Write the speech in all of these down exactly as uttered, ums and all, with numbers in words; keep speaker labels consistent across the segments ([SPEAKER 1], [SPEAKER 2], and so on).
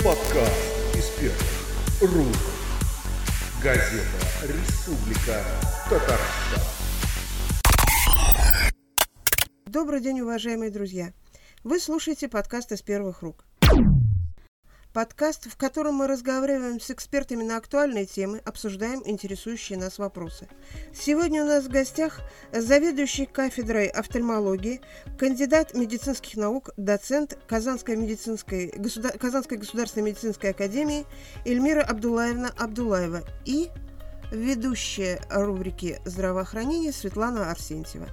[SPEAKER 1] Подкаст из первых рук. Газета «Республика Татарстан».
[SPEAKER 2] Добрый день, уважаемые друзья! Вы слушаете подкаст из первых рук. Подкаст, в котором мы разговариваем с экспертами на актуальные темы, обсуждаем интересующие нас вопросы. Сегодня у нас в гостях заведующий кафедрой офтальмологии, кандидат медицинских наук, доцент Казанской, медицинской, государ... Казанской государственной медицинской академии Эльмира Абдуллаевна Абдуллаева и ведущая рубрики здравоохранения Светлана Арсентьева.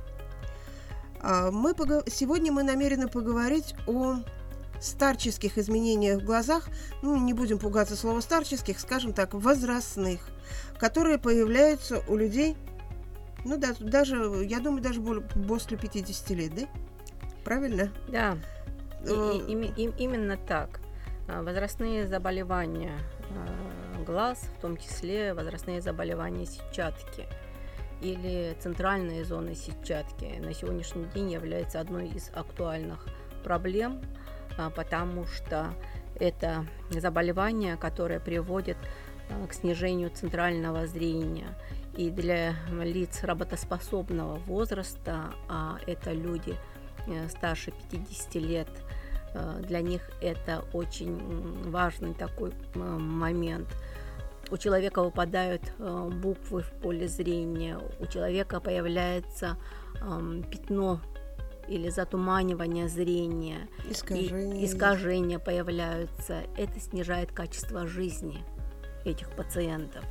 [SPEAKER 2] Мы пог... Сегодня мы намерены поговорить о старческих изменениях в глазах, ну, не будем пугаться слова старческих, скажем так, возрастных, которые появляются у людей, ну, да, даже, я думаю, даже после пятидесяти лет, да? Правильно?
[SPEAKER 3] Да, и, и, и, именно так. Возрастные заболевания глаз, в том числе возрастные заболевания сетчатки или центральные зоны сетчатки, на сегодняшний день является одной из актуальных проблем, потому что это заболевание, которое приводит к снижению центрального зрения. И для лиц работоспособного возраста, а это люди старше пятидесяти лет, для них это очень важный такой момент. У человека выпадают буквы в поле зрения, у человека появляется пятно или затуманивание зрения,
[SPEAKER 2] искажения.
[SPEAKER 3] искажения появляются. Это снижает качество жизни этих пациентов.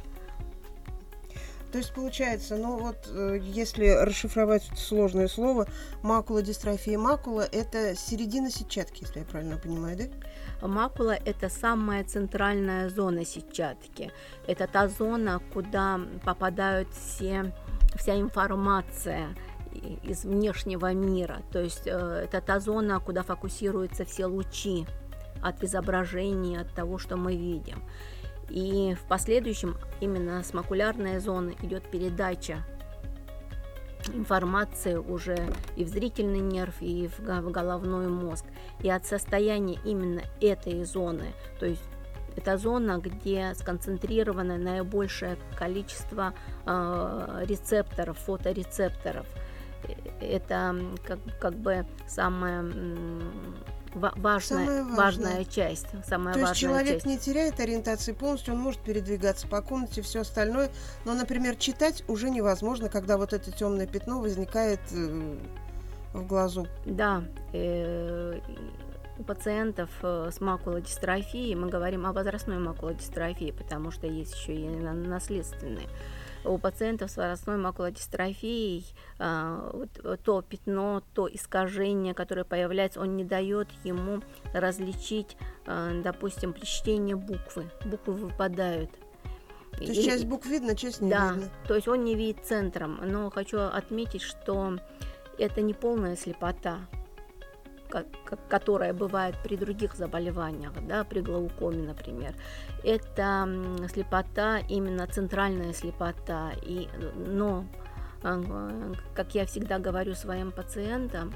[SPEAKER 2] То есть получается, ну вот если расшифровать сложное слово, макулодистрофия, макула – это середина сетчатки, если я правильно понимаю, да?
[SPEAKER 3] Макула – это самая центральная зона сетчатки. Это та зона, куда попадают все, вся информация из внешнего мира, то есть э, это та зона, куда фокусируются все лучи от изображения, от того, что мы видим. И в последующем именно с макулярной зоны идет передача информации уже и в зрительный нерв, и в, в головной мозг. И от состояния именно этой зоны, то есть это зона, где сконцентрировано наибольшее количество э, рецепторов, фоторецепторов. Это как, как бы самая важная,
[SPEAKER 2] самая
[SPEAKER 3] важная часть. Самая
[SPEAKER 2] То есть
[SPEAKER 3] важная
[SPEAKER 2] человек
[SPEAKER 3] часть.
[SPEAKER 2] не теряет ориентации полностью, он может передвигаться по комнате, все остальное, но, например, читать уже невозможно, когда вот это темное пятно возникает э, в глазу.
[SPEAKER 3] Да, э, у пациентов с макулодистрофией, мы говорим о возрастной макулодистрофии, потому что есть еще и наследственные. У пациентов с возрастной макулодистрофией э, то пятно, то искажение, которое появляется, он не дает ему различить, э, допустим, при чтении буквы. Буквы выпадают.
[SPEAKER 2] То есть и, часть букв видно, часть не
[SPEAKER 3] да,
[SPEAKER 2] видно.
[SPEAKER 3] То есть он не видит центром. Но хочу отметить, что это не полная слепота, которая бывает при других заболеваниях, да, при глаукоме, например. Это слепота, именно центральная слепота. И, но, как я всегда говорю своим пациентам,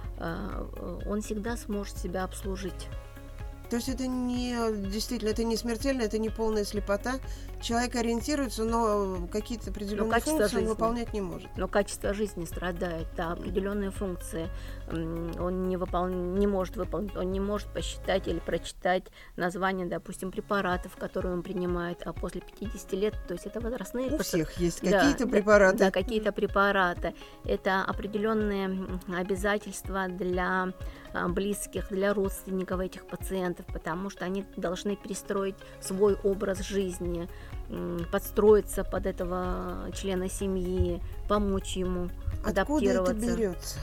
[SPEAKER 3] он всегда сможет себя обслужить.
[SPEAKER 2] То есть это не действительно, это не смертельно, это не полная слепота. Человек ориентируется, но какие-то определенные функции
[SPEAKER 3] жизни.
[SPEAKER 2] он выполнять не может.
[SPEAKER 3] Но качество жизни страдает, да, определенные функции он не, выпол... не может выполнить, он не может посчитать или прочитать название, допустим, препаратов, которые он принимает, а после пятидесяти лет, то есть это возрастные...
[SPEAKER 2] У всех есть
[SPEAKER 3] да,
[SPEAKER 2] какие-то препараты.
[SPEAKER 3] Да, да, какие-то препараты. Это определенные обязательства для близких, для родственников этих пациентов, потому что они должны перестроить свой образ жизни, подстроиться под этого члена семьи, помочь ему адаптироваться.
[SPEAKER 2] Откуда это берется?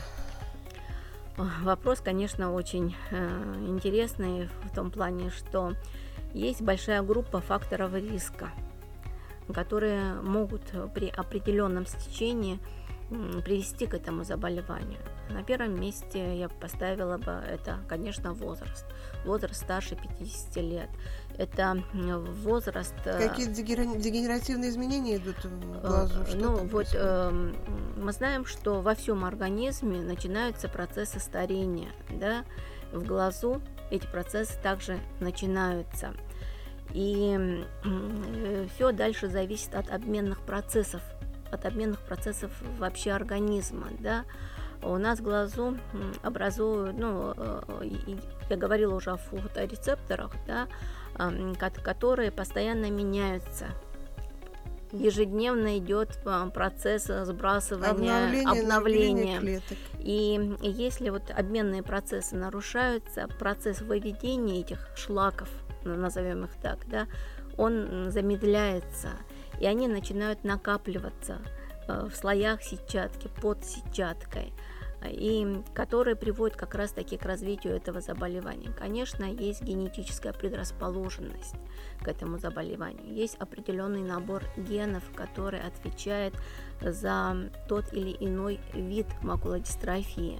[SPEAKER 3] Вопрос, конечно, очень э, интересный в том плане, что есть большая группа факторов риска, которые могут при определенном стечении привести к этому заболеванию. На первом месте я поставила бы это, конечно, возраст. Возраст старше пятидесяти лет. Это возраст...
[SPEAKER 2] Какие-то дегенеративные изменения идут в глазу? Что
[SPEAKER 3] ну,
[SPEAKER 2] там
[SPEAKER 3] вот э, мы знаем, что во всем организме начинаются процессы старения, да, в глазу эти процессы также начинаются. И все дальше зависит от обменных процессов, от обменных процессов вообще организма, да. У нас в глазу образуют, ну, я говорила уже о фоторецепторах, да, которые постоянно меняются. Ежедневно идет процесс сбрасывания,
[SPEAKER 2] обновление,
[SPEAKER 3] обновления.
[SPEAKER 2] Клеток.
[SPEAKER 3] И если вот обменные процессы нарушаются, процесс выведения этих шлаков, назовем их так, да, он замедляется, и они начинают накапливаться в слоях сетчатки, под сетчаткой, и которые приводят как раз-таки к развитию этого заболевания. Конечно, есть генетическая предрасположенность к этому заболеванию. Есть определенный набор генов, который отвечает за тот или иной вид макулодистрофии.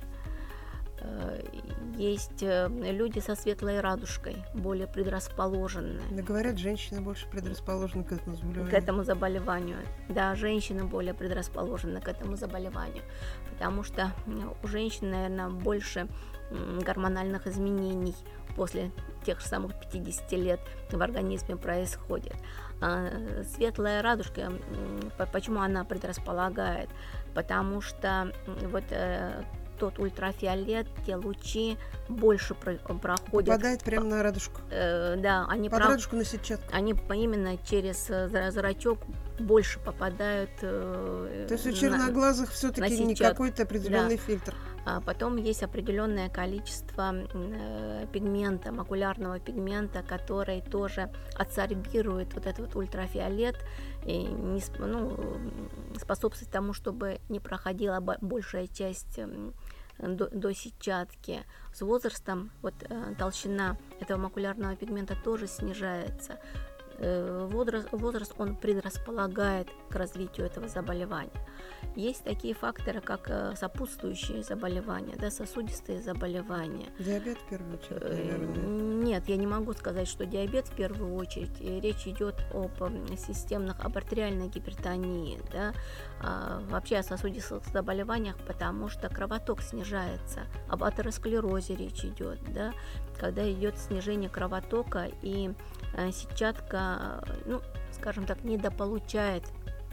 [SPEAKER 3] Есть люди со светлой радужкой, более предрасположенные.
[SPEAKER 2] Да, говорят, женщины больше предрасположены к этому заболеванию.
[SPEAKER 3] К этому заболеванию. Да, женщины более предрасположены к этому заболеванию, потому что у женщин, наверное, больше гормональных изменений после тех же самых пятидесяти лет в организме происходит. А светлая радужка, почему она предрасполагает? Потому что вот тот ультрафиолет, те лучи больше про- проходят.
[SPEAKER 2] Попадает прямо на радужку.
[SPEAKER 3] Э, да, они
[SPEAKER 2] под
[SPEAKER 3] про-
[SPEAKER 2] радужку на сетчатку.
[SPEAKER 3] Они именно через зрачок больше попадают. Э,
[SPEAKER 2] То есть у черноглазых все-таки не какой-то определенный
[SPEAKER 3] да.
[SPEAKER 2] фильтр.
[SPEAKER 3] А потом есть определенное количество э, пигмента, макулярного пигмента, который тоже адсорбирует вот этот вот ультрафиолет и не, ну, способствует тому, чтобы не проходила большая часть э, до, до сетчатки. С возрастом вот, э, толщина этого макулярного пигмента тоже снижается. Э, возраст, возраст он предрасполагает к развитию этого заболевания. Есть такие факторы, как сопутствующие заболевания, да, сосудистые заболевания.
[SPEAKER 2] Диабет в первую очередь, наверное.
[SPEAKER 3] Нет, я не могу сказать, что диабет в первую очередь. Речь идет об системных, об артериальной гипертонии, да, а вообще о сосудистых заболеваниях, потому что кровоток снижается. Об атеросклерозе речь идет, да, когда идет снижение кровотока и сетчатка, ну, скажем так, недополучает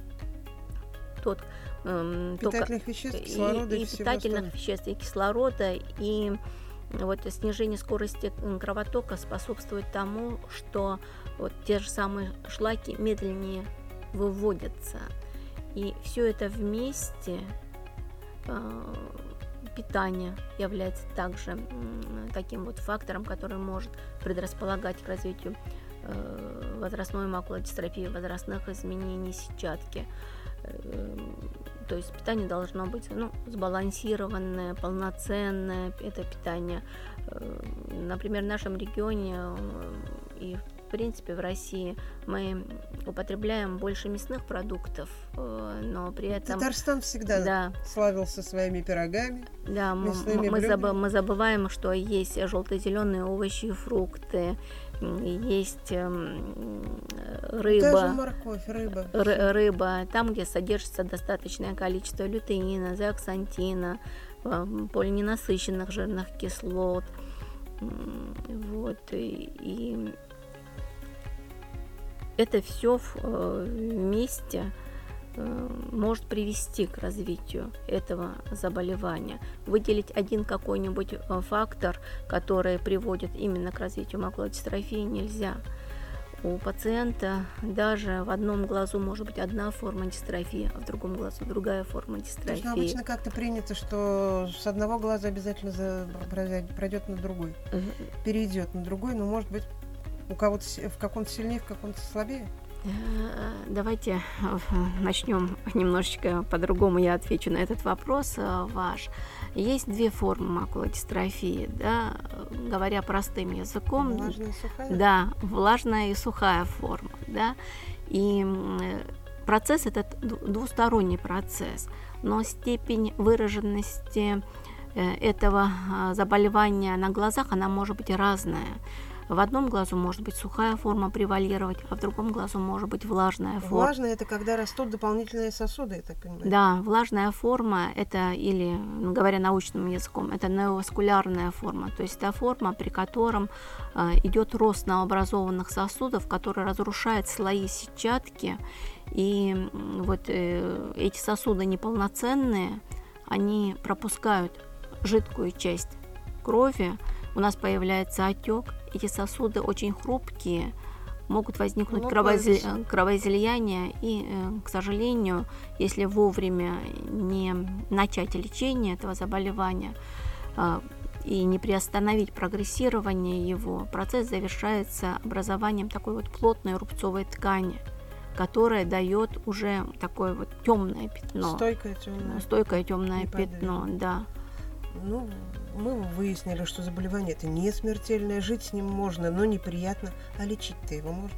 [SPEAKER 3] тот эм,
[SPEAKER 2] питательных
[SPEAKER 3] только,
[SPEAKER 2] веществ, кислорода и,
[SPEAKER 3] и, и питательных остальных. веществ, и кислорода, и вот снижение скорости кровотока способствует тому, что вот те же самые шлаки медленнее выводятся. И все это вместе, э, питание является также э, таким вот фактором, который может предрасполагать к развитию э, возрастной макулодистрофии, возрастных изменений сетчатки. То есть питание должно быть, ну, сбалансированное, полноценное, это питание. Например, в нашем регионе и в принципе в России мы употребляем больше мясных продуктов, но при этом...
[SPEAKER 2] Татарстан всегда да, славился своими пирогами,
[SPEAKER 3] да, мясными мы, забы, мы забываем, что есть желто-зеленые овощи и фрукты, есть рыба,
[SPEAKER 2] даже морковь, рыба.
[SPEAKER 3] Ры, рыба, там, где содержится достаточное количество лютеина, зеаксантина, полиненасыщенных жирных кислот. Вот, и, и это все вместе может привести к развитию этого заболевания. Выделить один какой-нибудь фактор, который приводит именно к развитию макулодистрофии, нельзя. У пациента даже в одном глазу может быть одна форма дистрофии, а в другом глазу другая форма дистрофии.
[SPEAKER 2] То есть, ну, обычно как-то принято, что с одного глаза обязательно за... пройдет на другой, угу. перейдет на другой, но может быть у кого-то в каком-то сильнее, в каком-то слабее.
[SPEAKER 3] Давайте начнем немножечко по-другому, я отвечу на этот вопрос ваш. Есть две формы макулодистрофии, да, говоря простым языком.
[SPEAKER 2] Влажная и сухая?
[SPEAKER 3] Да, влажная и сухая форма, да. И процесс этот двусторонний процесс, но степень выраженности этого заболевания на глазах, она может быть разная. В одном глазу может быть сухая форма превалировать, а в другом глазу может быть влажная форма.
[SPEAKER 2] Влажная – это когда растут дополнительные сосуды, я так понимаю?
[SPEAKER 3] Да, влажная форма – это, или, говоря научным языком, это неоваскулярная форма, то есть та форма, при котором э, идет рост новообразованных сосудов, который разрушает слои сетчатки, и вот э, эти сосуды неполноценные, они пропускают жидкую часть крови, у нас появляется отек, эти сосуды очень хрупкие, могут возникнуть ну, кровоизли... кровоизлияния, и, к сожалению, если вовремя не начать лечение этого заболевания и не приостановить прогрессирование его, процесс завершается образованием такой вот плотной рубцовой ткани, которая дает уже такое вот темное пятно.
[SPEAKER 2] Стойкое темное.
[SPEAKER 3] Стойкое темное пятно, да.
[SPEAKER 2] Ну, мы выяснили, что заболевание это не смертельное, жить с ним можно, но неприятно. А лечить-то его можно?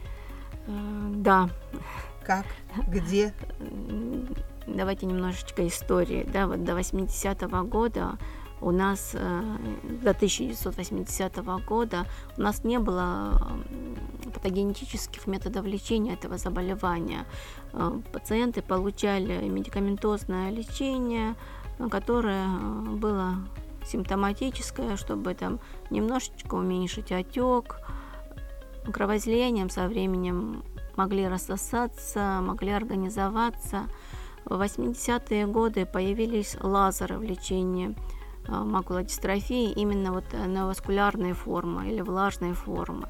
[SPEAKER 3] Да.
[SPEAKER 2] Как? Где?
[SPEAKER 3] Давайте немножечко истории. Да, вот до восьмидесятого года у нас, до тысяча девятьсот восьмидесятого года у нас не было патогенетических методов лечения этого заболевания. Пациенты получали медикаментозное лечение, которое было симптоматическое, чтобы там немножечко уменьшить отек. Кровоизлиянием со временем могли рассосаться, могли организоваться. В восьмидесятые годы появились лазеры в лечении макулодистрофии, именно вот неоваскулярные формы или влажные формы.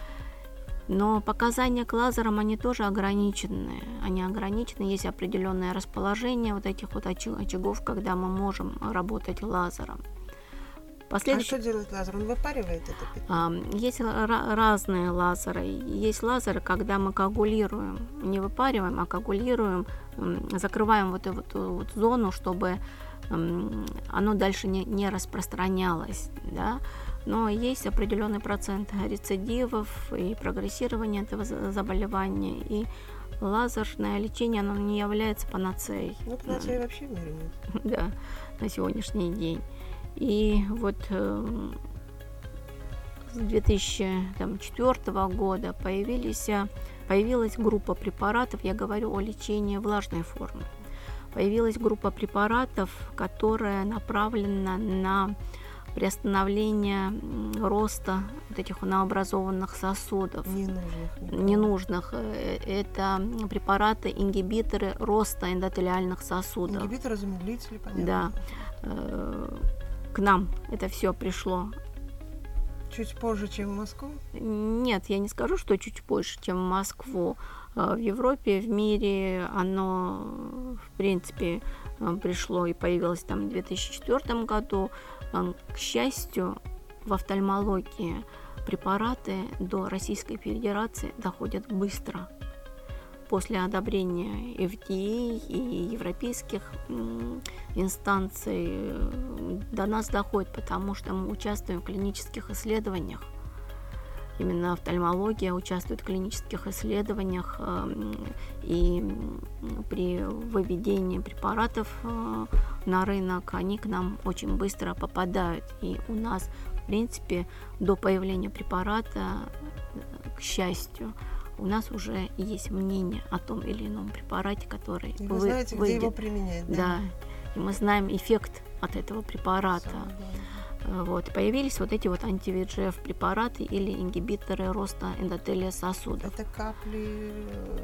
[SPEAKER 3] Но показания к лазерам, они тоже ограничены. Они ограничены, есть определенное расположение вот этих вот очагов, когда мы можем работать лазером.
[SPEAKER 2] Последующий... А что делает лазер? Он выпаривает это пятно?
[SPEAKER 3] Есть ра- разные лазеры. Есть лазеры, когда мы коагулируем, не выпариваем, а коагулируем, закрываем вот эту вот зону, чтобы оно дальше не, не распространялось, да? Но есть определенный процент рецидивов и прогрессирования этого заболевания, и лазерное лечение, оно не является панацеей.
[SPEAKER 2] Ну, панацеи да. Вообще в мире нет.
[SPEAKER 3] Да, на сегодняшний день. И вот э, с две тысячи четвёртого года появились, появилась группа препаратов, я говорю о лечении влажной формы. Появилась группа препаратов, которая направлена на приостановление роста вот этих новообразованных сосудов.
[SPEAKER 2] Ненужных.
[SPEAKER 3] Ненужных. Это препараты, ингибиторы роста эндотелиальных сосудов.
[SPEAKER 2] Ингибиторы, замедлители, понятно.
[SPEAKER 3] Да. К нам это все пришло.
[SPEAKER 2] Чуть позже, чем в Москву?
[SPEAKER 3] Нет, я не скажу, что чуть позже, чем в Москву. В Европе, в мире оно, в принципе, пришло и появилось там в две тысячи четвёртом году. К счастью, в офтальмологии препараты до Российской Федерации доходят быстро. После одобрения эф ди эй и европейских инстанций до нас доходит, потому что мы участвуем в клинических исследованиях. Именно офтальмология участвует в клинических исследованиях, и при выведении препаратов на рынок они к нам очень быстро попадают. И у нас, в принципе, до появления препарата, к счастью, у нас уже есть мнение о том или ином препарате, который
[SPEAKER 2] и вы
[SPEAKER 3] вы,
[SPEAKER 2] знаете,
[SPEAKER 3] выйдет.
[SPEAKER 2] Где его применять, да?
[SPEAKER 3] Да, и мы знаем эффект от этого препарата. Вот. Появились вот эти вот анти-ви эйч эф препараты или ингибиторы роста эндотелия сосудов.
[SPEAKER 2] Это капли?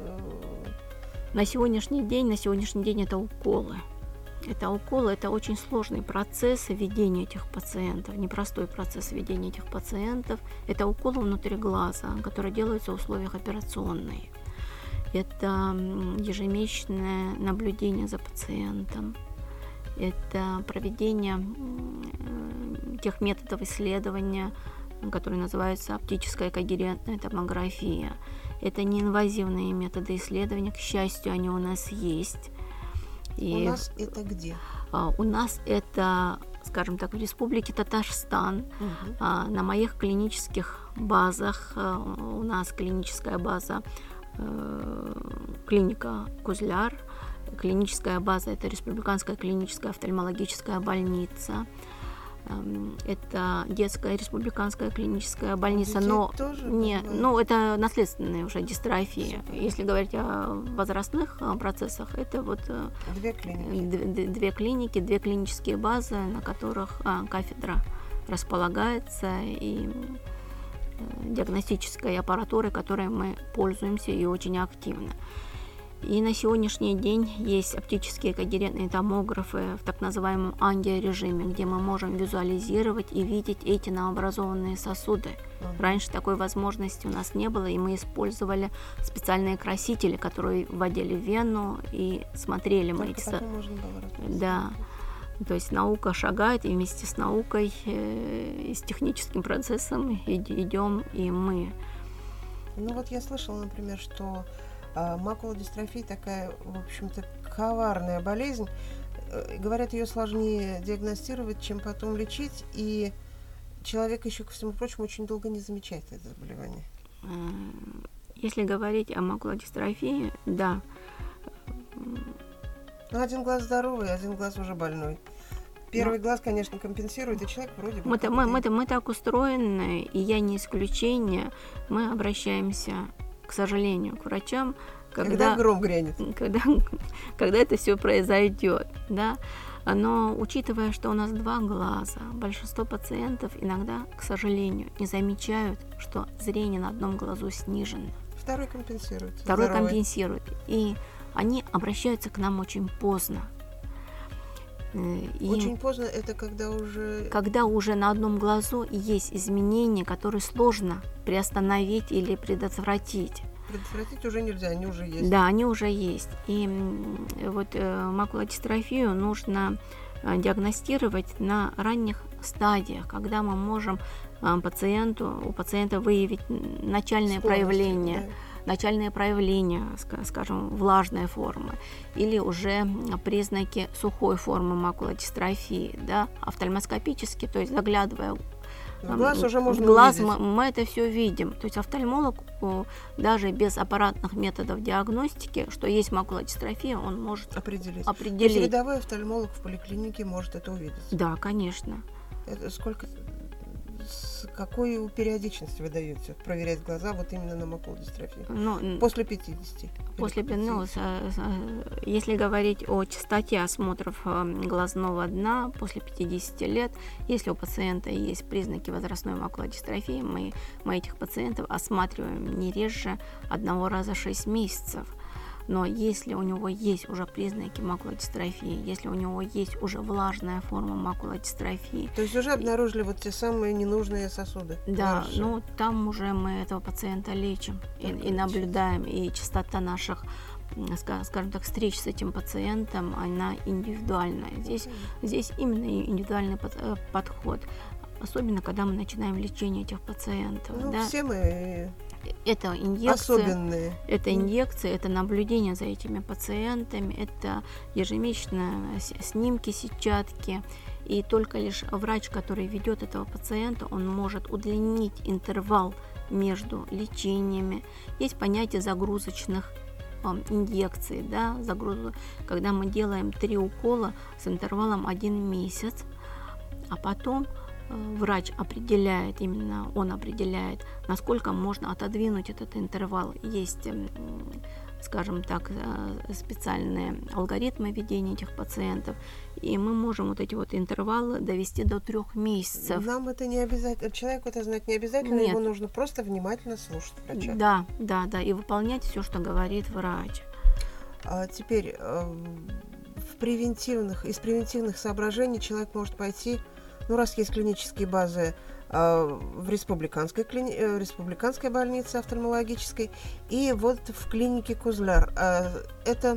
[SPEAKER 3] На сегодняшний день, на сегодняшний день это уколы. Это уколы, это очень сложный процесс ведения этих пациентов, непростой процесс ведения этих пациентов. Это уколы внутри глаза, которые делаются в условиях операционной. Это ежемесячное наблюдение за пациентом. Это проведение тех методов исследования, которые называются оптическая когерентная томография. Это неинвазивные методы исследования, к счастью, они у нас есть.
[SPEAKER 2] И у нас это где?
[SPEAKER 3] А, у нас это, скажем так, в Республике Татарстан. Угу. А, на моих клинических базах, а, у нас клиническая база а, клиника Кузляр. Клиническая база – это Республиканская клиническая офтальмологическая больница. Это детская республиканская клиническая больница,
[SPEAKER 2] Детей
[SPEAKER 3] но
[SPEAKER 2] тоже
[SPEAKER 3] не,
[SPEAKER 2] бывает?
[SPEAKER 3] ну это наследственная уже дистрофия. Если говорить о возрастных процессах, это вот
[SPEAKER 2] две клиники,
[SPEAKER 3] две, две клиники, две клинические базы, на которых а, кафедра располагается, и диагностической аппаратурой, которой мы пользуемся и очень активно. И на сегодняшний день есть оптические когерентные томографы в так называемом ангиорежиме, где мы можем визуализировать и видеть эти новообразованные сосуды. Uh-huh. Раньше такой возможности у нас не было, и мы использовали специальные красители, которые вводили в вену и смотрели мы эти сосуды. Да. То есть наука шагает, и вместе с наукой э, и с техническим процессом идем и мы.
[SPEAKER 2] Ну вот я слышала, например, что э, макулодистрофия такая, в общем-то, коварная болезнь. Э, говорят, ее сложнее диагностировать, чем потом лечить, и человек еще, ко всему прочему, очень долго не замечает это заболевание.
[SPEAKER 3] Если говорить о макулодистрофии, да.
[SPEAKER 2] Ну, один глаз здоровый, один глаз уже больной. Первый Но... глаз, конечно, компенсирует, и человек вроде бы...
[SPEAKER 3] Мы, мы, мы, мы так устроены, и я не исключение. Мы обращаемся, к сожалению, к врачам, когда,
[SPEAKER 2] когда гром грянет.
[SPEAKER 3] Когда, когда это все произойдет, да. Но учитывая, что у нас два глаза, большинство пациентов иногда, к сожалению, не замечают, что зрение на одном глазу снижено.
[SPEAKER 2] Второй компенсирует.
[SPEAKER 3] Второй
[SPEAKER 2] Здоровый.
[SPEAKER 3] компенсирует. И они обращаются к нам очень поздно.
[SPEAKER 2] И очень поздно это когда уже...
[SPEAKER 3] Когда уже на одном глазу есть изменения, которые сложно приостановить или предотвратить.
[SPEAKER 2] Предотвратить уже нельзя, они уже есть.
[SPEAKER 3] Да, они уже есть. И вот э, макулодистрофию нужно э, диагностировать на ранних стадиях, когда мы можем э, пациенту, у пациента выявить начальные проявления. Да. начальные проявления, скажем, влажной формы, или уже признаки сухой формы макулодистрофии, да, офтальмоскопически, то есть заглядывая
[SPEAKER 2] в глаз, уже можно
[SPEAKER 3] в глаз
[SPEAKER 2] мы,
[SPEAKER 3] мы это все видим. То есть офтальмолог даже без аппаратных методов диагностики, что есть макулодистрофия, он может
[SPEAKER 2] определить.
[SPEAKER 3] определить.
[SPEAKER 2] То есть рядовой офтальмолог в поликлинике может это увидеть?
[SPEAKER 3] Да, конечно.
[SPEAKER 2] Это сколько... С какой периодичностью вы даете проверять глаза вот именно на макулодистрофию? Ну, после пятидесяти?
[SPEAKER 3] После, ну, с, с, если говорить о частоте осмотров глазного дна после пятидесяти лет, если у пациента есть признаки возрастной макулодистрофии, мы, мы этих пациентов осматриваем не реже одного раза в шесть месяцев. Но если у него есть уже признаки макулодистрофии, если у него есть уже влажная форма макулодистрофии...
[SPEAKER 2] То есть уже обнаружили вот те самые ненужные сосуды?
[SPEAKER 3] Да, Хорошо. Ну там уже мы этого пациента лечим и, и наблюдаем, и частота наших, скажем так, встреч с этим пациентом, она индивидуальная. Здесь, mm-hmm. здесь именно индивидуальный подход, особенно когда мы начинаем лечение этих пациентов.
[SPEAKER 2] Ну,
[SPEAKER 3] да?
[SPEAKER 2] все мы...
[SPEAKER 3] Это инъекция,
[SPEAKER 2] особенные.
[SPEAKER 3] Это инъекция, это наблюдение за этими пациентами, это ежемесячные снимки сетчатки. И только лишь врач, который ведет этого пациента, он может удлинить интервал между лечениями. Есть понятие загрузочных э, инъекций, да, загруз... когда мы делаем три укола с интервалом один месяц, а потом врач определяет, именно он определяет, насколько можно отодвинуть этот интервал. Есть, скажем так, специальные алгоритмы ведения этих пациентов, и мы можем вот эти вот интервалы довести до трех месяцев.
[SPEAKER 2] Нам это не обязательно, человеку это знать не обязательно,
[SPEAKER 3] Нет.
[SPEAKER 2] Ему нужно просто внимательно слушать врача.
[SPEAKER 3] Да, да, да, и выполнять все, что говорит врач.
[SPEAKER 2] А теперь в превентивных, из превентивных соображений человек может пойти. Ну, раз есть клинические базы э, в республиканской, клини... э, республиканской больнице офтальмологической и вот в клинике Кузляр. Э, это,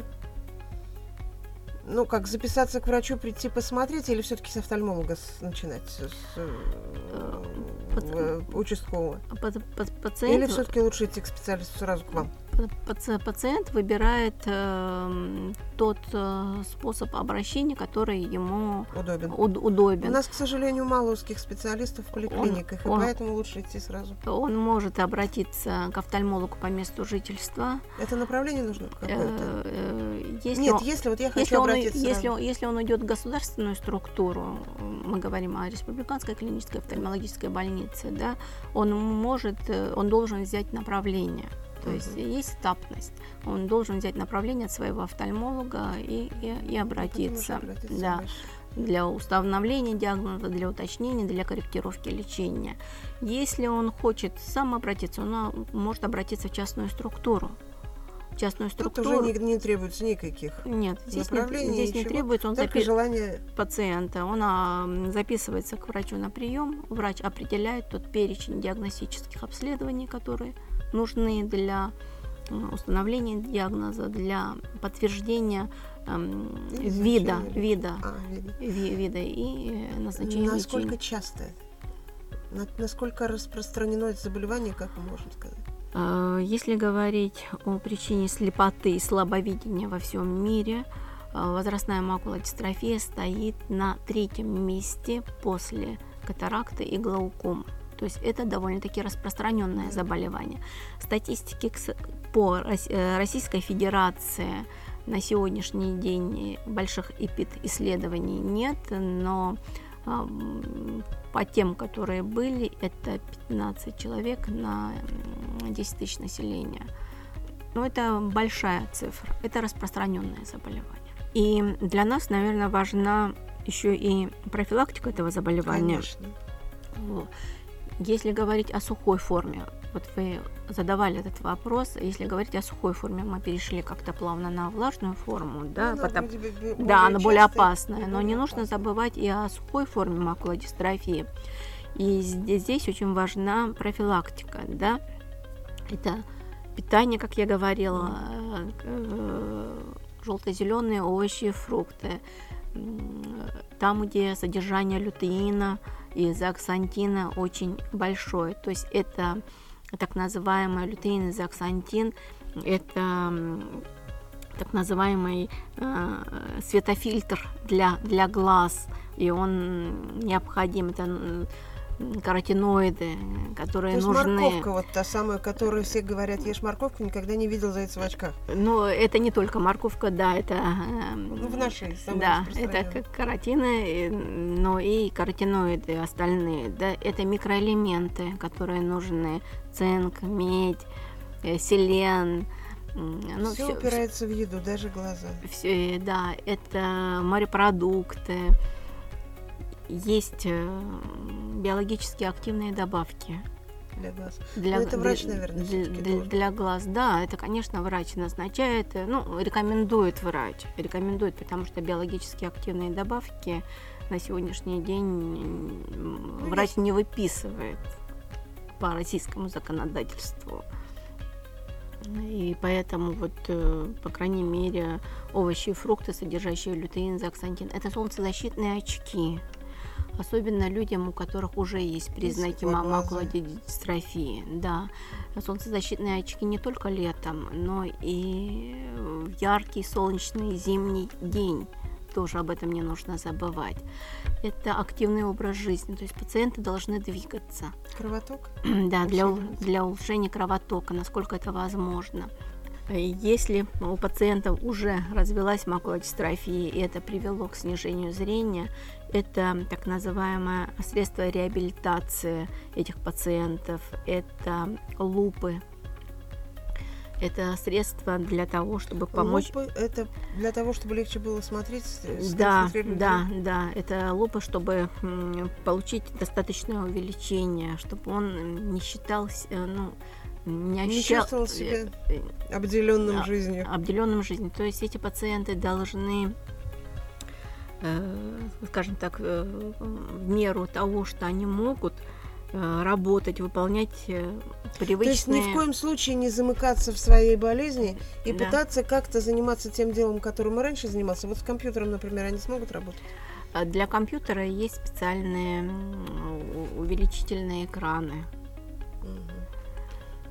[SPEAKER 2] ну, как записаться к врачу, прийти посмотреть, или все-таки с офтальмолога с... начинать, с, с э, участкового?
[SPEAKER 3] Пациент...
[SPEAKER 2] Или все-таки лучше идти к специалисту сразу к вам?
[SPEAKER 3] пациент выбирает э, тот э, способ обращения, который ему
[SPEAKER 2] удобен.
[SPEAKER 3] Уд- удобен.
[SPEAKER 2] У нас, к сожалению, мало узких специалистов в поликлиниках, он, и поэтому он, лучше идти сразу.
[SPEAKER 3] Он может обратиться к офтальмологу по месту жительства.
[SPEAKER 2] Это направление нужно какое-то?
[SPEAKER 3] Если
[SPEAKER 2] Нет,
[SPEAKER 3] он,
[SPEAKER 2] если вот я хочу
[SPEAKER 3] если он,
[SPEAKER 2] обратиться
[SPEAKER 3] если,
[SPEAKER 2] сразу.
[SPEAKER 3] он, если он идет в государственную структуру, мы говорим о республиканской клинической офтальмологической больнице, да, он может, он должен взять направление. То uh-huh. есть есть этапность. Он должен взять направление от своего офтальмолога и, и, и обратиться, обратиться да, для установления диагноза, для уточнения, для корректировки лечения. Если он хочет сам обратиться, он может обратиться в частную структуру. Частную структуру.
[SPEAKER 2] Тут уже не, не требуется никаких
[SPEAKER 3] Нет, здесь, не, здесь не требуется. Он
[SPEAKER 2] запи... желание
[SPEAKER 3] пациента. Он а, записывается к врачу на прием. Врач определяет тот перечень диагностических обследований, которые нужны для установления диагноза, для подтверждения эм, вида, вида, а, вида. Ви, вида и назначения лечения.
[SPEAKER 2] Насколько часто? Насколько распространено это заболевание, как мы можем сказать?
[SPEAKER 3] Если говорить о причине слепоты и слабовидения во всем мире, возрастная макулодистрофия стоит на третьем месте после катаракты и глаукомы. То есть это довольно-таки распространенное заболевание. Статистики по Российской Федерации на сегодняшний день больших эпид-исследований нет, но по тем, которые были, это пятнадцать человек на десять тысяч населения. Но это большая цифра, это распространенное заболевание. И для нас, наверное, важна еще и профилактика этого заболевания.
[SPEAKER 2] Конечно.
[SPEAKER 3] Вот. Если говорить о сухой форме, вот вы задавали этот вопрос, если говорить о сухой форме, мы перешли как-то плавно на влажную форму, да,
[SPEAKER 2] ну,
[SPEAKER 3] потому,
[SPEAKER 2] более
[SPEAKER 3] да, она более опасная,
[SPEAKER 2] более
[SPEAKER 3] но не
[SPEAKER 2] опасная.
[SPEAKER 3] нужно забывать и о сухой форме макулодистрофии. И здесь, здесь очень важна профилактика, да, это питание, как я говорила, желто-зеленые овощи и фрукты, там, где содержание лютеина и зеаксантина очень большое, то есть это так называемый лютеин и зеаксантин, это так называемый э, светофильтр для, для глаз, и он необходим, это каротиноиды, которые
[SPEAKER 2] то
[SPEAKER 3] нужны.
[SPEAKER 2] Морковка, вот та самая, которую все говорят, ешь морковку, никогда не видел зайца в очках.
[SPEAKER 3] Но это не только морковка, да, это
[SPEAKER 2] ну, в нашей самой
[SPEAKER 3] да, это как каротины, но и каротиноиды остальные, да, это микроэлементы, которые нужны, цинк, медь, селен.
[SPEAKER 2] Ну, все, все упирается все, в еду, даже глаза.
[SPEAKER 3] Все, да, это морепродукты. Есть биологически активные добавки.
[SPEAKER 2] Для глаз.
[SPEAKER 3] Для,
[SPEAKER 2] ну, это врач,
[SPEAKER 3] для,
[SPEAKER 2] наверное,
[SPEAKER 3] для, для, для глаз, да, это, конечно, врач назначает, ну, рекомендует врач, рекомендует, потому что биологически активные добавки на сегодняшний день ну, врач есть. не выписывает по российскому законодательству. И поэтому вот, по крайней мере, овощи и фрукты, содержащие лютеин, зеаксантин, это солнцезащитные очки. Особенно людям, у которых уже есть признаки макулодистрофии. Да. Солнцезащитные очки не только летом, но и в яркий солнечный зимний день. Тоже об этом не нужно забывать. Это активный образ жизни, то есть пациенты должны двигаться.
[SPEAKER 2] Кровоток?
[SPEAKER 3] Да, для, для улучшения кровотока, насколько это возможно. Если у пациента уже развилась макулодистрофия, и это привело к снижению зрения, это так называемое средство реабилитации этих пациентов, это лупы. Это средство для того, чтобы помочь...
[SPEAKER 2] Лупы – это для того, чтобы легче было смотреть?
[SPEAKER 3] Да, да, да. Это лупы, чтобы получить достаточное увеличение, чтобы он не считался... Ну,
[SPEAKER 2] не, ощущал... не чувствовал себя обделенным
[SPEAKER 3] а,
[SPEAKER 2] жизнью.
[SPEAKER 3] Обделенным жизнью. То есть эти пациенты должны, э, скажем так, э, в меру того, что они могут, э, работать, выполнять э, привычные...
[SPEAKER 2] То есть ни в коем случае не замыкаться в своей болезни и
[SPEAKER 3] да.
[SPEAKER 2] пытаться как-то заниматься тем делом, которым мы раньше занимался. Вот с компьютером, например, они смогут работать?
[SPEAKER 3] Для компьютера есть специальные увеличительные экраны.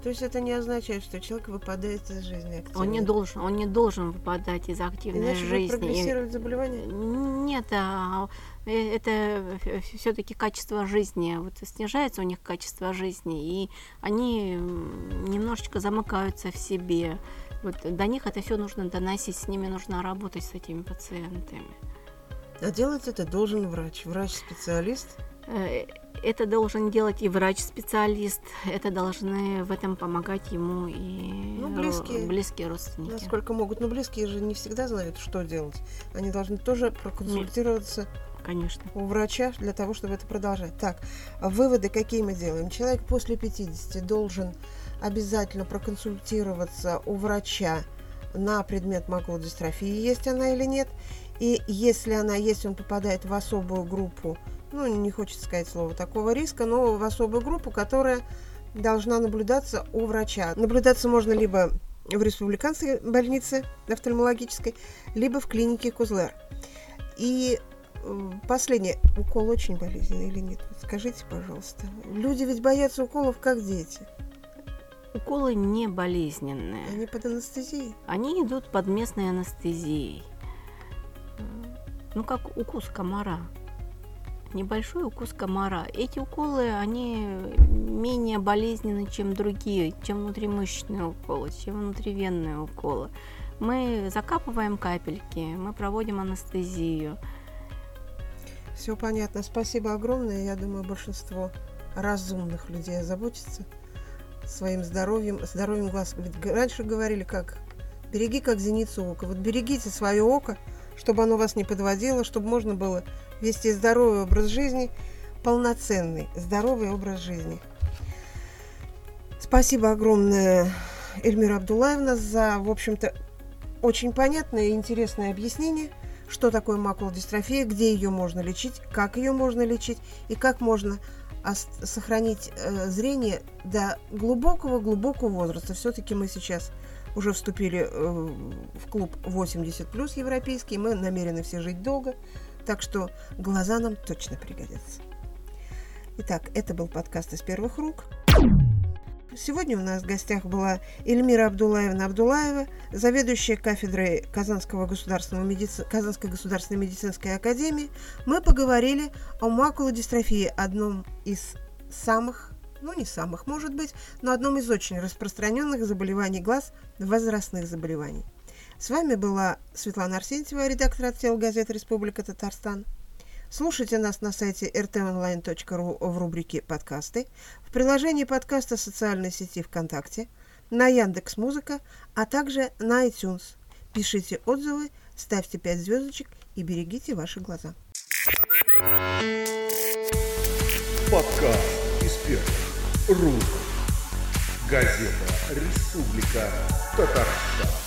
[SPEAKER 2] То есть это не означает, что человек выпадает из жизни активной?
[SPEAKER 3] Он не должен, он не должен выпадать из активной
[SPEAKER 2] Иначе
[SPEAKER 3] жизни.
[SPEAKER 2] будет прогрессировать заболевание?
[SPEAKER 3] Нет, а, это все-таки качество жизни. Вот снижается у них качество жизни, и они немножечко замыкаются в себе. Вот до них это все нужно доносить, с ними нужно работать, с этими пациентами.
[SPEAKER 2] А делать это должен врач, врач-специалист?
[SPEAKER 3] Это должен делать и врач-специалист, это должны в этом помогать ему и
[SPEAKER 2] ну, близкие.
[SPEAKER 3] близкие родственники.
[SPEAKER 2] Насколько могут, но близкие же не всегда знают, что делать. Они должны тоже проконсультироваться
[SPEAKER 3] Конечно.
[SPEAKER 2] у врача для того, чтобы это продолжать. Так, выводы какие мы делаем? Человек после пятидесяти должен обязательно проконсультироваться у врача на предмет макулодистрофии, есть она или нет. И если она есть, он попадает в особую группу, ну, не хочется сказать слово такого риска, но в особую группу, которая должна наблюдаться у врача. Наблюдаться можно либо в республиканской больнице офтальмологической, либо в клинике Кузлер. И последнее. Укол очень болезненный или нет? Скажите, пожалуйста. Люди ведь боятся уколов, как дети.
[SPEAKER 3] Уколы не болезненные.
[SPEAKER 2] Они под анестезией?
[SPEAKER 3] Они идут под местной анестезией. Ну, как укус комара. Небольшой укус комара. Эти уколы, они менее болезненны, чем другие, чем внутримышечные уколы, чем внутривенные уколы. Мы закапываем капельки, мы проводим анестезию.
[SPEAKER 2] Все понятно. Спасибо огромное. Я думаю, большинство разумных людей озаботится своим здоровьем, здоровьем глаз. Ведь раньше говорили, как береги, как зеницу ока. Вот берегите свое око, чтобы оно вас не подводило, чтобы можно было вести здоровый образ жизни, полноценный здоровый образ жизни. Спасибо огромное, Эльмира Абдуллаевна, за, в общем-то, очень понятное и интересное объяснение, что такое макулодистрофия, где ее можно лечить, как ее можно лечить и как можно сохранить э, зрение до глубокого-глубокого возраста. Все-таки мы сейчас уже вступили э, в клуб восемьдесят плюс европейский, мы намерены все жить долго, так что глаза нам точно пригодятся. Итак, это был подкаст «Из первых рук». Сегодня у нас в гостях была Эльмира Абдуллаевна Абдуллаева, заведующая кафедрой Казанского государственного медици... Казанской государственной медицинской академии. Мы поговорили о макулодистрофии, одном из самых, ну не самых, может быть, но одном из очень распространенных заболеваний глаз, возрастных заболеваний. С вами была Светлана Арсентьева, редактор отдела газеты «Республика Татарстан». Слушайте нас на сайте эр тэ онлайн точка ру в рубрике «Подкасты», в приложении подкаста социальной сети ВКонтакте, на Яндекс.Музыка, а также на iTunes. Пишите отзывы, ставьте пять звездочек и берегите ваши глаза.
[SPEAKER 1] Подкаст «Из первых рук». Газета «Республика Татарстан».